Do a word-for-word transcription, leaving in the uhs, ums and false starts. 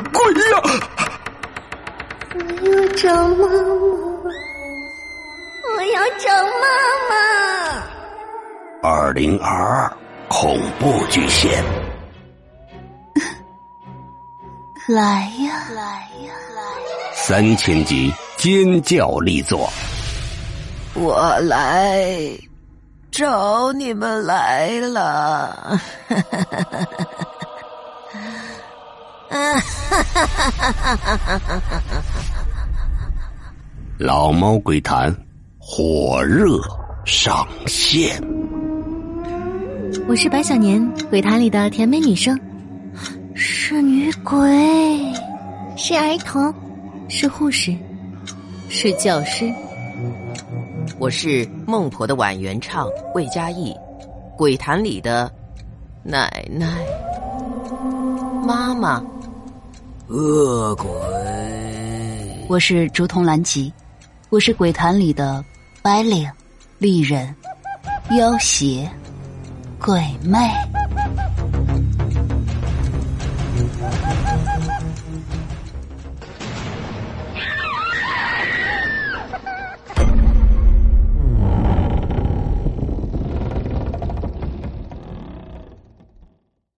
鬼呀！ 我要找妈妈，我要找妈妈。 二零二二恐怖巨献， 来呀来呀来呀！ 三千集尖叫力作。 我来找你们来了。 老猫鬼谈火热上线。 我是白小年，鬼谈里的甜美女生， 是女鬼， 是儿童，是护士，是教师。 我是孟婆的婉原唱魏佳艺，鬼谈里的奶奶、妈妈、恶鬼。 我是竹筒兰吉，我是鬼谈里的白领、丽人、妖邪、鬼魅。